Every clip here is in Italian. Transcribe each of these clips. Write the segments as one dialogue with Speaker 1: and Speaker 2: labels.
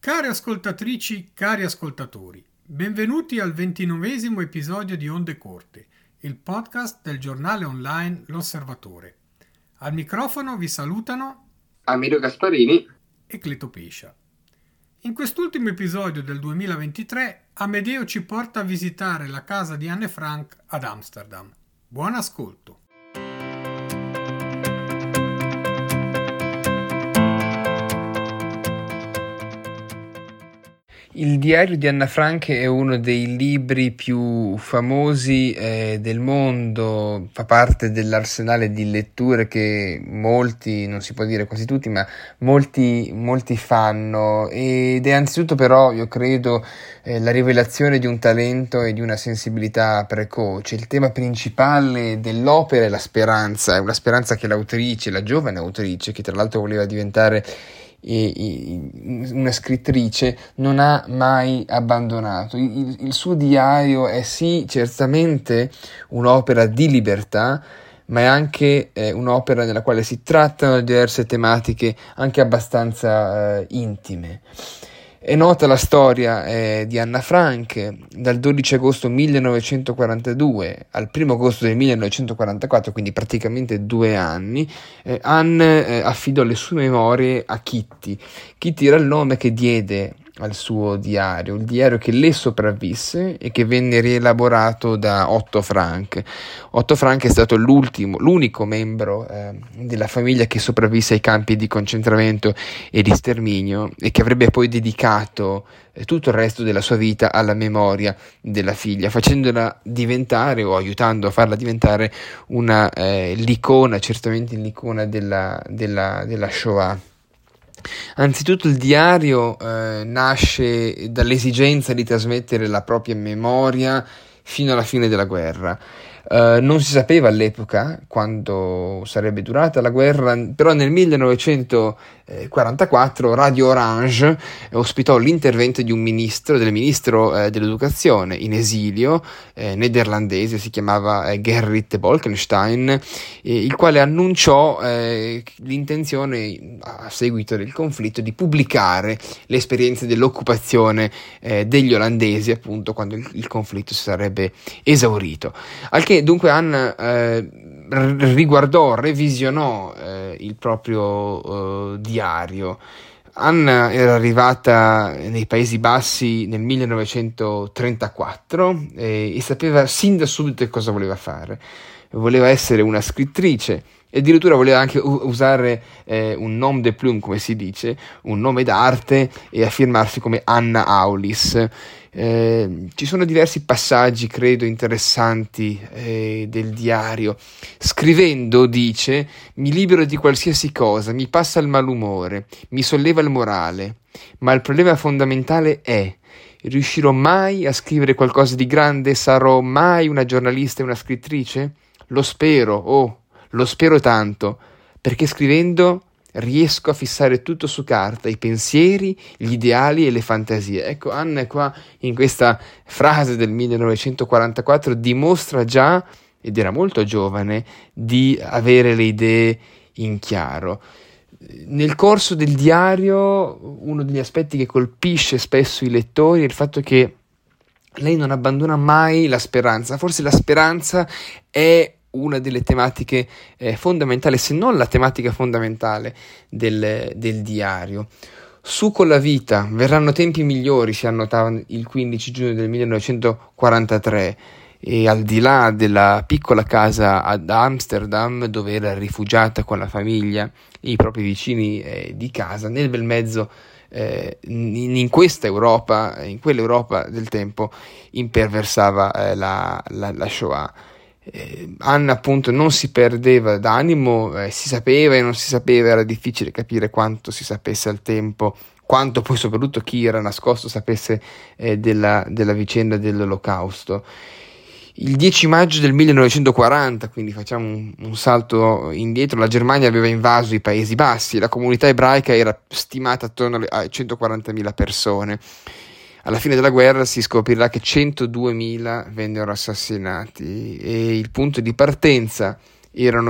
Speaker 1: Care ascoltatrici, cari ascoltatori, benvenuti al 29esimo episodio di Onde Corte, il podcast del giornale online L'Osservatore. Al microfono vi salutano
Speaker 2: Amiro Gasparini
Speaker 1: e Cleto Pescia. In quest'ultimo episodio del 2023, Amedeo ci porta a visitare la casa di Anne Frank ad Amsterdam. Buon ascolto!
Speaker 3: Il diario di Anna Frank è uno dei libri più famosi del mondo, fa parte dell'arsenale di letture che molti, non si può dire quasi tutti, ma molti fanno, ed è anzitutto però, io credo, la rivelazione di un talento e di una sensibilità precoce. Il tema principale dell'opera è una speranza che l'autrice, la giovane autrice, che tra l'altro voleva diventare una scrittrice, non ha mai abbandonato. Il suo diario è sì certamente un'opera di libertà, ma è anche un'opera nella quale si trattano diverse tematiche anche abbastanza intime. È nota la storia di Anna Frank. Dal 12 agosto 1942 al 1 agosto del 1944, quindi praticamente 2 anni, Anne affidò le sue memorie a Kitty. Kitty era il nome che diede al suo diario, il diario che le sopravvisse e che venne rielaborato da Otto Frank. Otto Frank è stato l'unico membro della famiglia che sopravvisse ai campi di concentramento e di sterminio e che avrebbe poi dedicato tutto il resto della sua vita alla memoria della figlia, facendola diventare o aiutando a farla diventare una l'icona, certamente l'icona della Shoah. Anzitutto il diario nasce dall'esigenza di trasmettere la propria memoria fino alla fine della guerra. Non si sapeva all'epoca quanto sarebbe durata la guerra, però nel 1944 Radio Orange ospitò l'intervento di del ministro dell'educazione in esilio, neerlandese, si chiamava Gerrit Bolkestein, il quale annunciò l'intenzione, a seguito del conflitto, di pubblicare le esperienze dell'occupazione degli olandesi, appunto quando il conflitto si sarebbe esaurito. Al che dunque Anna revisionò il proprio diario. Anna era arrivata nei Paesi Bassi nel 1934 e sapeva sin da subito cosa voleva fare. Voleva essere una scrittrice e addirittura voleva anche usare un nom de plume, come si dice, un nome d'arte, e affirmarsi come Anna Aulis. Ci sono diversi passaggi, credo, interessanti del diario. Scrivendo, dice: mi libero di qualsiasi cosa, mi passa il malumore, mi solleva il morale, ma il problema fondamentale è: riuscirò mai a scrivere qualcosa di grande? Sarò mai una giornalista e una scrittrice? Lo spero, lo spero tanto, perché scrivendo riesco a fissare tutto su carta, i pensieri, gli ideali e le fantasie. Ecco, Anna qua, in questa frase del 1944, dimostra già, ed era molto giovane, di avere le idee in chiaro. Nel corso del diario, uno degli aspetti che colpisce spesso i lettori è il fatto che lei non abbandona mai la speranza. Forse la speranza è una delle tematiche fondamentali, se non la tematica fondamentale del diario. Su con la vita, verranno tempi migliori, si annotava il 15 giugno del 1943, e al di là della piccola casa ad Amsterdam, dove era rifugiata con la famiglia e i propri vicini di casa, nel bel mezzo, in questa Europa, in quell'Europa del tempo, imperversava la Shoah. Anna appunto non si perdeva d'animo, si sapeva e non si sapeva, era difficile capire quanto si sapesse al tempo, quanto poi soprattutto chi era nascosto sapesse della vicenda dell'Olocausto. Il 10 maggio del 1940, quindi facciamo un salto indietro, la Germania aveva invaso i Paesi Bassi, la comunità ebraica era stimata attorno a 140.000 persone. Alla fine della guerra si scoprirà che 102.000 vennero assassinati, e il punto di partenza erano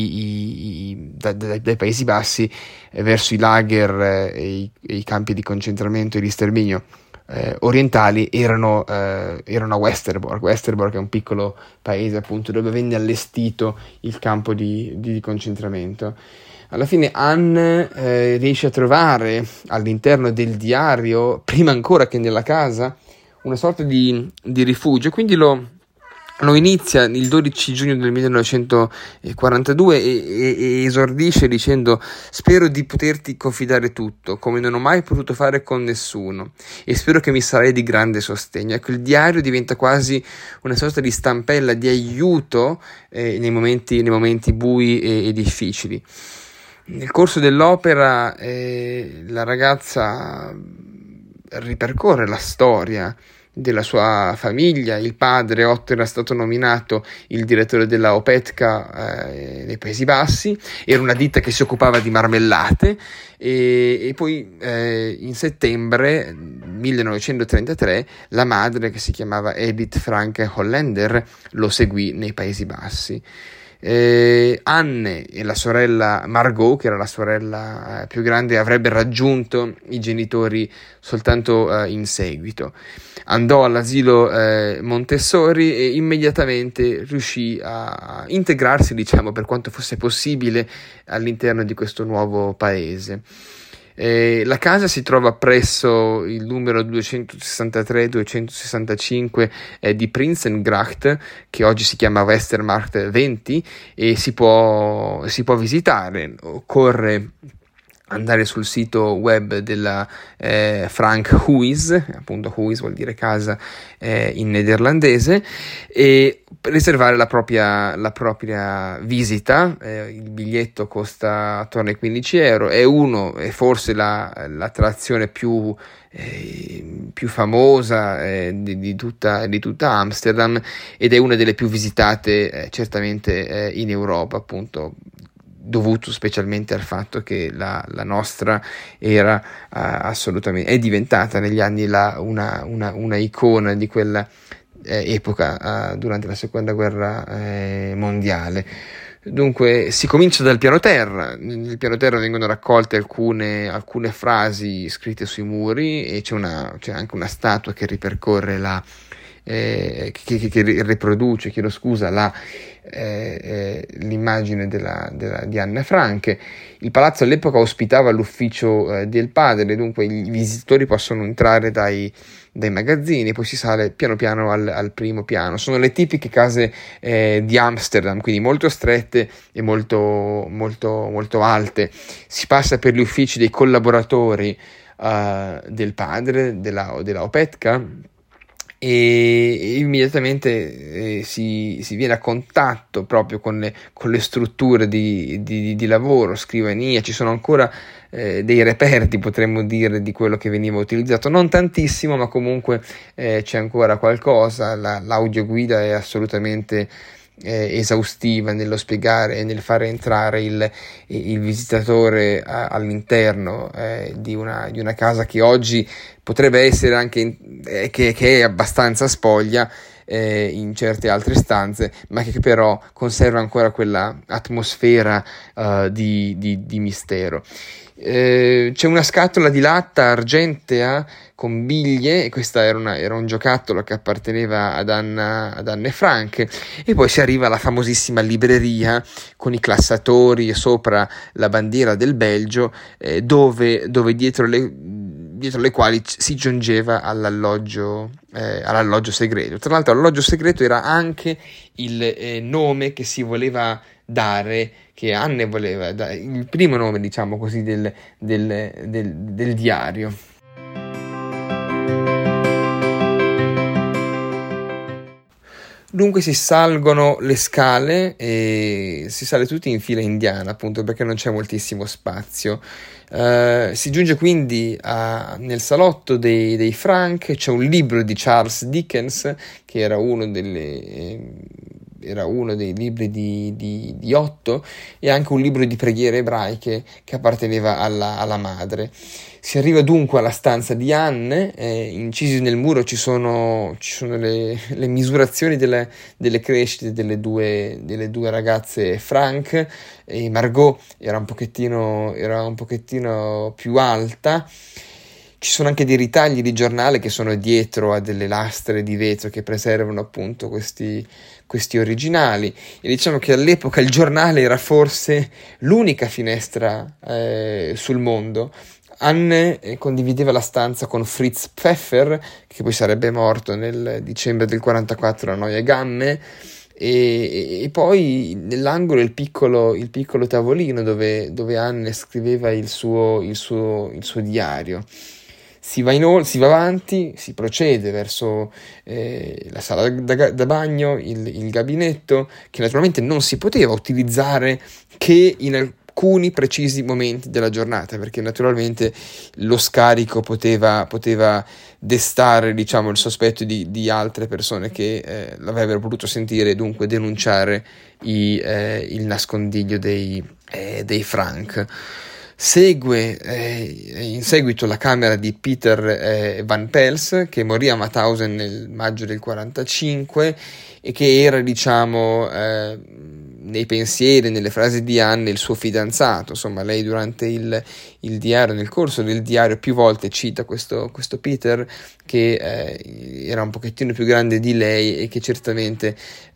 Speaker 3: dai Paesi Bassi verso i lager e i campi di concentramento e di sterminio orientali erano a Westerbork. Westerbork è un piccolo paese appunto dove venne allestito il campo di concentramento. Alla fine Anne riesce a trovare all'interno del diario, prima ancora che nella casa, una sorta di rifugio, quindi lo inizia il 12 giugno del 1942 e esordisce dicendo: spero di poterti confidare tutto, come non ho mai potuto fare con nessuno, e spero che mi sarai di grande sostegno. Ecco, il diario diventa quasi una sorta di stampella di aiuto nei momenti bui e difficili. Nel corso dell'opera la ragazza ripercorre la storia della sua famiglia. Il padre, Otto, era stato nominato il direttore della Opetka nei Paesi Bassi, era una ditta che si occupava di marmellate, e poi in settembre 1933 la madre, che si chiamava Edith Franke Holländer, lo seguì nei Paesi Bassi. Anne e la sorella Margot, che era la sorella più grande, avrebbe raggiunto i genitori soltanto in seguito. Andò all'asilo Montessori e immediatamente riuscì a integrarsi, diciamo, per quanto fosse possibile, all'interno di questo nuovo paese. La casa si trova presso il numero 263-265 di Prinsengracht, che oggi si chiama Westermarkt 20, e si può visitare. Occorre andare sul sito web della Frank Huis, appunto Huis vuol dire casa in nederlandese, e riservare la propria visita. Il biglietto costa attorno ai 15 euro, è forse l'attrazione più famosa di tutta Amsterdam, ed è una delle più visitate certamente in Europa, appunto dovuto specialmente al fatto che la nostra era assolutamente, è diventata negli anni una icona di quella epoca durante la seconda guerra mondiale. Dunque si comincia dal piano terra. Nel piano terra vengono raccolte alcune frasi scritte sui muri, e c'è anche una statua che ripercorre che riproduce, l'immagine di Anne Frank. Il palazzo all'epoca ospitava l'ufficio del padre, dunque i visitatori possono entrare dai magazzini, poi si sale piano piano al primo piano. Sono le tipiche case di Amsterdam, quindi molto strette e molto, molto, molto alte. Si passa per gli uffici dei collaboratori del padre della Opetka, e immediatamente si viene a contatto proprio con le strutture di lavoro, scrivania. Ci sono ancora dei reperti, potremmo dire, di quello che veniva utilizzato, non tantissimo, ma comunque c'è ancora qualcosa. L'audioguida è assolutamente esaustiva nello spiegare e nel fare entrare il visitatore all'interno di una casa che oggi potrebbe essere anche che è abbastanza spoglia in certe altre stanze, ma che però conserva ancora quella atmosfera di mistero. C'è una scatola di latta argentea con biglie, e questa era un giocattolo che apparteneva ad Anne Frank. E poi si arriva alla famosissima libreria con i classatori e sopra la bandiera del Belgio, dove dietro le quali si giungeva all'alloggio segreto. Tra l'altro l'alloggio segreto era anche il nome che si voleva dare, che Anne voleva dare, il primo nome, diciamo così, del diario. Dunque si salgono le scale e si sale tutti in fila indiana, appunto perché non c'è moltissimo spazio. Si giunge quindi nel salotto dei Frank. C'è un libro di Charles Dickens, che era uno era uno dei libri di Otto, e anche un libro di preghiere ebraiche che apparteneva alla madre. Si arriva dunque alla stanza di Anne, incisi nel muro ci sono le misurazioni delle crescite delle due ragazze Frank, e Margot era un pochettino più alta. Ci sono anche dei ritagli di giornale che sono dietro a delle lastre di vetro che preservano appunto questi originali, e diciamo che all'epoca il giornale era forse l'unica finestra sul mondo. Anne condivideva la stanza con Fritz Pfeffer, che poi sarebbe morto nel dicembre del 44 a Neue Gamme, e poi nell'angolo il piccolo tavolino dove Anne scriveva il suo diario. Si va avanti, si procede verso la sala da bagno, il gabinetto, che naturalmente non si poteva utilizzare che in alcuni precisi momenti della giornata, perché naturalmente lo scarico poteva destare, diciamo, il sospetto di altre persone che l'avrebbero potuto sentire e dunque denunciare il nascondiglio dei Frank. Segue in seguito la camera di Peter Van Pels, che morì a Mauthausen nel maggio del 45 e che era, diciamo, nei pensieri, nelle frasi di Anne, il suo fidanzato. Insomma, lei durante il diario, nel corso del diario, più volte cita questo Peter, che era un pochettino più grande di lei e che certamente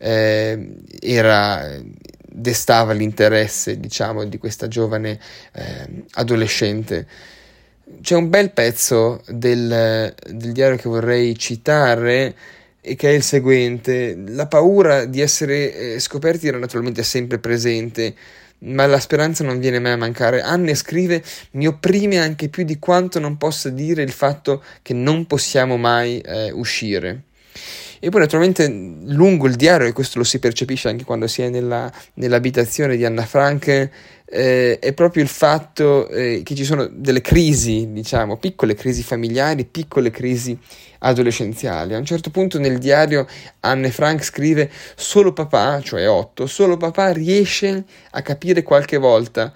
Speaker 3: destava l'interesse, diciamo, di questa giovane adolescente. C'è un bel pezzo del diario che vorrei citare, e che è il seguente: la paura di essere scoperti era naturalmente sempre presente, ma la speranza non viene mai a mancare. Anne scrive: mi opprime anche più di quanto non possa dire il fatto che non possiamo mai uscire. E poi naturalmente lungo il diario, e questo lo si percepisce anche quando si è nell'abitazione di Anna Frank, è proprio il fatto che ci sono delle crisi, diciamo, piccole crisi familiari, piccole crisi adolescenziali. A un certo punto nel diario Anne Frank scrive: solo papà, cioè Otto, solo papà riesce a capire qualche volta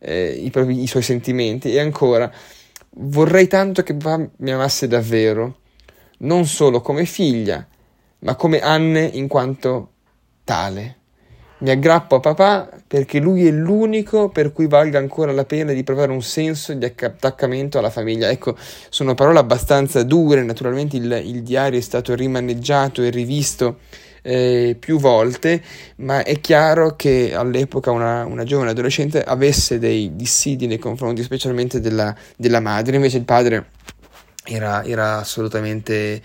Speaker 3: i suoi sentimenti. E ancora: vorrei tanto che papà mi amasse davvero, non solo come figlia, ma come Anne in quanto tale. Mi aggrappo a papà perché lui è l'unico per cui valga ancora la pena di provare un senso di attaccamento alla famiglia. Ecco, sono parole abbastanza dure. Naturalmente il diario è stato rimaneggiato e rivisto più volte, ma è chiaro che all'epoca una giovane adolescente avesse dei dissidi nei confronti specialmente della madre. Invece il padre era assolutamente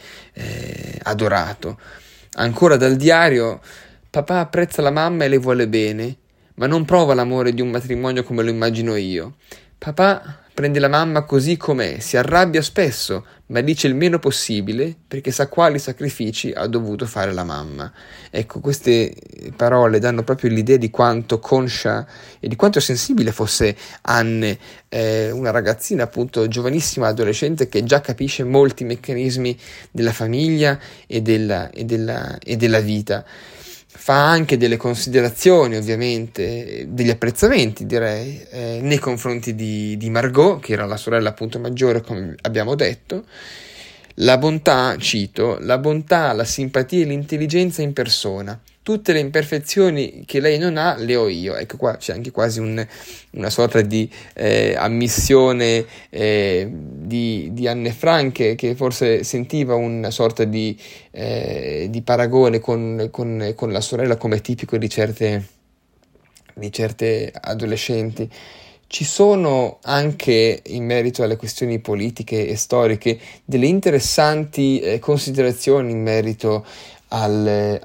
Speaker 3: adorato. Ancora dal diario: papà apprezza la mamma e le vuole bene, ma non prova l'amore di un matrimonio come lo immagino io. Papà prende la mamma così com'è, si arrabbia spesso, ma dice il meno possibile perché sa quali sacrifici ha dovuto fare la mamma. Ecco, queste parole danno proprio l'idea di quanto conscia e di quanto sensibile fosse Anne, una ragazzina appunto giovanissima, adolescente, che già capisce molti meccanismi della famiglia e della vita. Fa anche delle considerazioni, ovviamente, degli apprezzamenti, direi, nei confronti di Margot, che era la sorella appunto maggiore, come abbiamo detto. La bontà, cito, la bontà, la simpatia e l'intelligenza in persona. Tutte le imperfezioni che lei non ha le ho io. Ecco, qua c'è anche quasi una sorta di ammissione di Anne Frank, che forse sentiva una sorta di paragone con la sorella, come è tipico di certe adolescenti. Ci sono anche, in merito alle questioni politiche e storiche, delle interessanti considerazioni in merito ai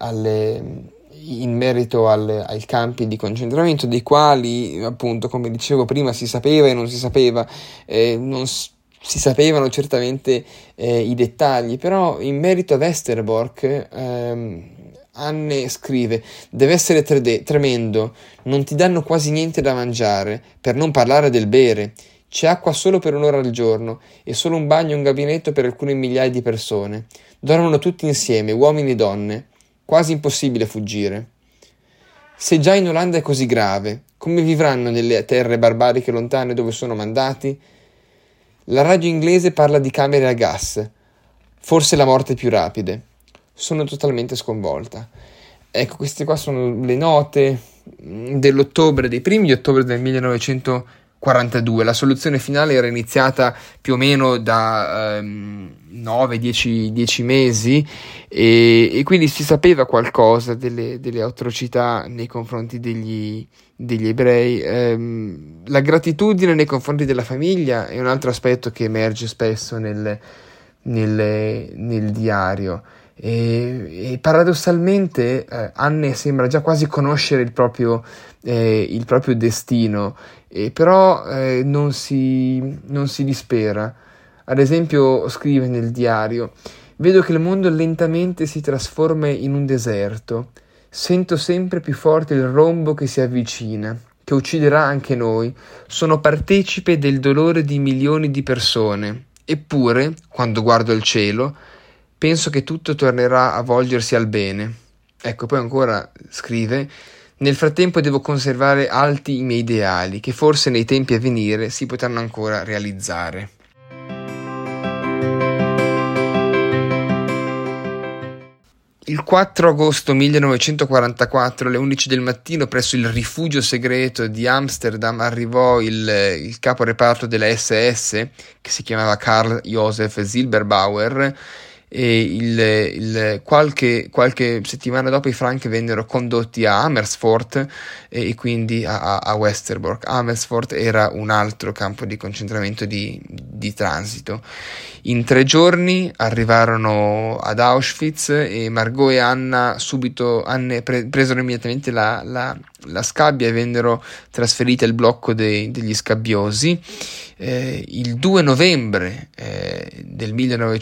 Speaker 3: campi di concentramento, dei quali, appunto, come dicevo prima, si sapeva e non si sapeva, non si sapevano certamente i dettagli, però in merito a Westerbork Anne scrive: deve essere tremendo, non ti danno quasi niente da mangiare, per non parlare del bere. C'è acqua solo per un'ora al giorno e solo un bagno e un gabinetto per alcune migliaia di persone. Dormono tutti insieme, uomini e donne. Quasi impossibile fuggire. Se già in Olanda è così grave, come vivranno nelle terre barbariche lontane dove sono mandati? La radio inglese parla di camere a gas, forse la morte più rapide. Sono totalmente sconvolta. Ecco, queste qua sono le note dei primi di ottobre del 1942. La soluzione finale era iniziata più o meno da 9-10 mesi e quindi si sapeva qualcosa delle atrocità nei confronti degli ebrei. La gratitudine nei confronti della famiglia è un altro aspetto che emerge spesso nel diario. E paradossalmente Anne sembra già quasi conoscere il proprio destino, però non si dispera. Ad esempio scrive nel diario: vedo che il mondo lentamente si trasforma in un deserto, sento sempre più forte il rombo che si avvicina, che ucciderà anche noi, sono partecipe del dolore di milioni di persone, eppure, quando guardo il cielo, penso che tutto tornerà a volgersi al bene. Ecco, poi ancora scrive: nel frattempo devo conservare alti i miei ideali, che forse nei tempi a venire si potranno ancora realizzare. Il 4 agosto 1944, alle 11 del mattino, presso il rifugio segreto di Amsterdam, arrivò il capo reparto della SS, che si chiamava Karl Josef Silberbauer, e qualche settimana dopo i Franchi vennero condotti a Amersfoort e quindi a Westerbork. Amersfoort era un altro campo di concentramento di transito. In 3 giorni arrivarono ad Auschwitz e Margot e Anna presero immediatamente la scabbia e vennero trasferite al blocco degli scabbiosi. Il 2 novembre del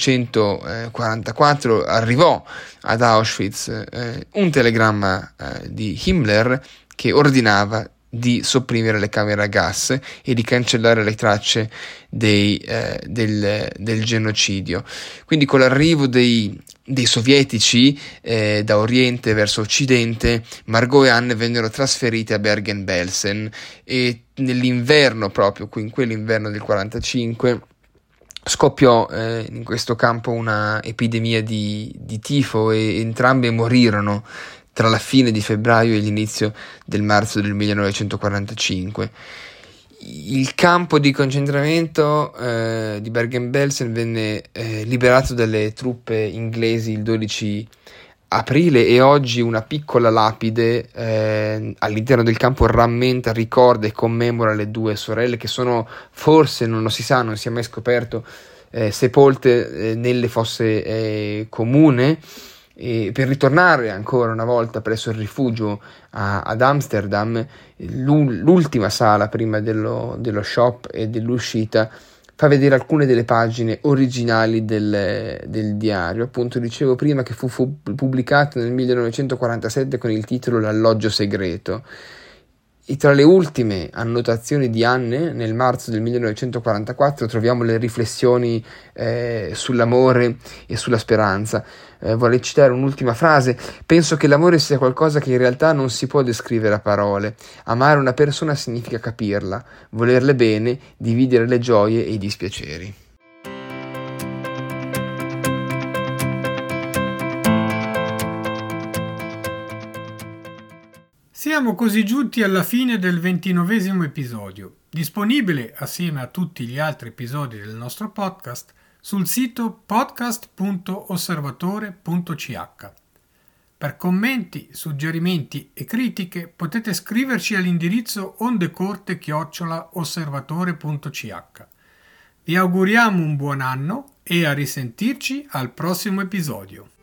Speaker 3: 1944 arrivò ad Auschwitz un telegramma di Himmler che ordinava di sopprimere le camere a gas e di cancellare le tracce del genocidio. Quindi con l'arrivo dei sovietici da oriente verso occidente, Margot e Anne vennero trasferite a Bergen-Belsen e nell'inverno, proprio in quell'inverno del 45, scoppiò in questo campo una epidemia di tifo e entrambe morirono tra la fine di febbraio e l'inizio del marzo del 1945. Il campo di concentramento di Bergen-Belsen venne liberato dalle truppe inglesi il 12 aprile e oggi una piccola lapide all'interno del campo ricorda e commemora le 2 sorelle che sono, forse non lo si sa, non si è mai scoperto, sepolte nelle fosse comune. E per ritornare ancora una volta presso il rifugio ad Amsterdam, l'ultima sala prima dello shop e dell'uscita fa vedere alcune delle pagine originali del diario. Appunto, dicevo prima che fu pubblicato nel 1947 con il titolo L'alloggio segreto. E tra le ultime annotazioni di Anne, nel marzo del 1944, troviamo le riflessioni sull'amore e sulla speranza. Vorrei citare un'ultima frase: penso che l'amore sia qualcosa che in realtà non si può descrivere a parole. Amare una persona significa capirla, volerle bene, dividere le gioie e i dispiaceri.
Speaker 1: Siamo così giunti alla fine del 29esimo episodio, disponibile assieme a tutti gli altri episodi del nostro podcast sul sito podcast.osservatore.ch. Per commenti, suggerimenti e critiche potete scriverci all'indirizzo ondecorte@osservatore.ch. Vi auguriamo un buon anno e a risentirci al prossimo episodio.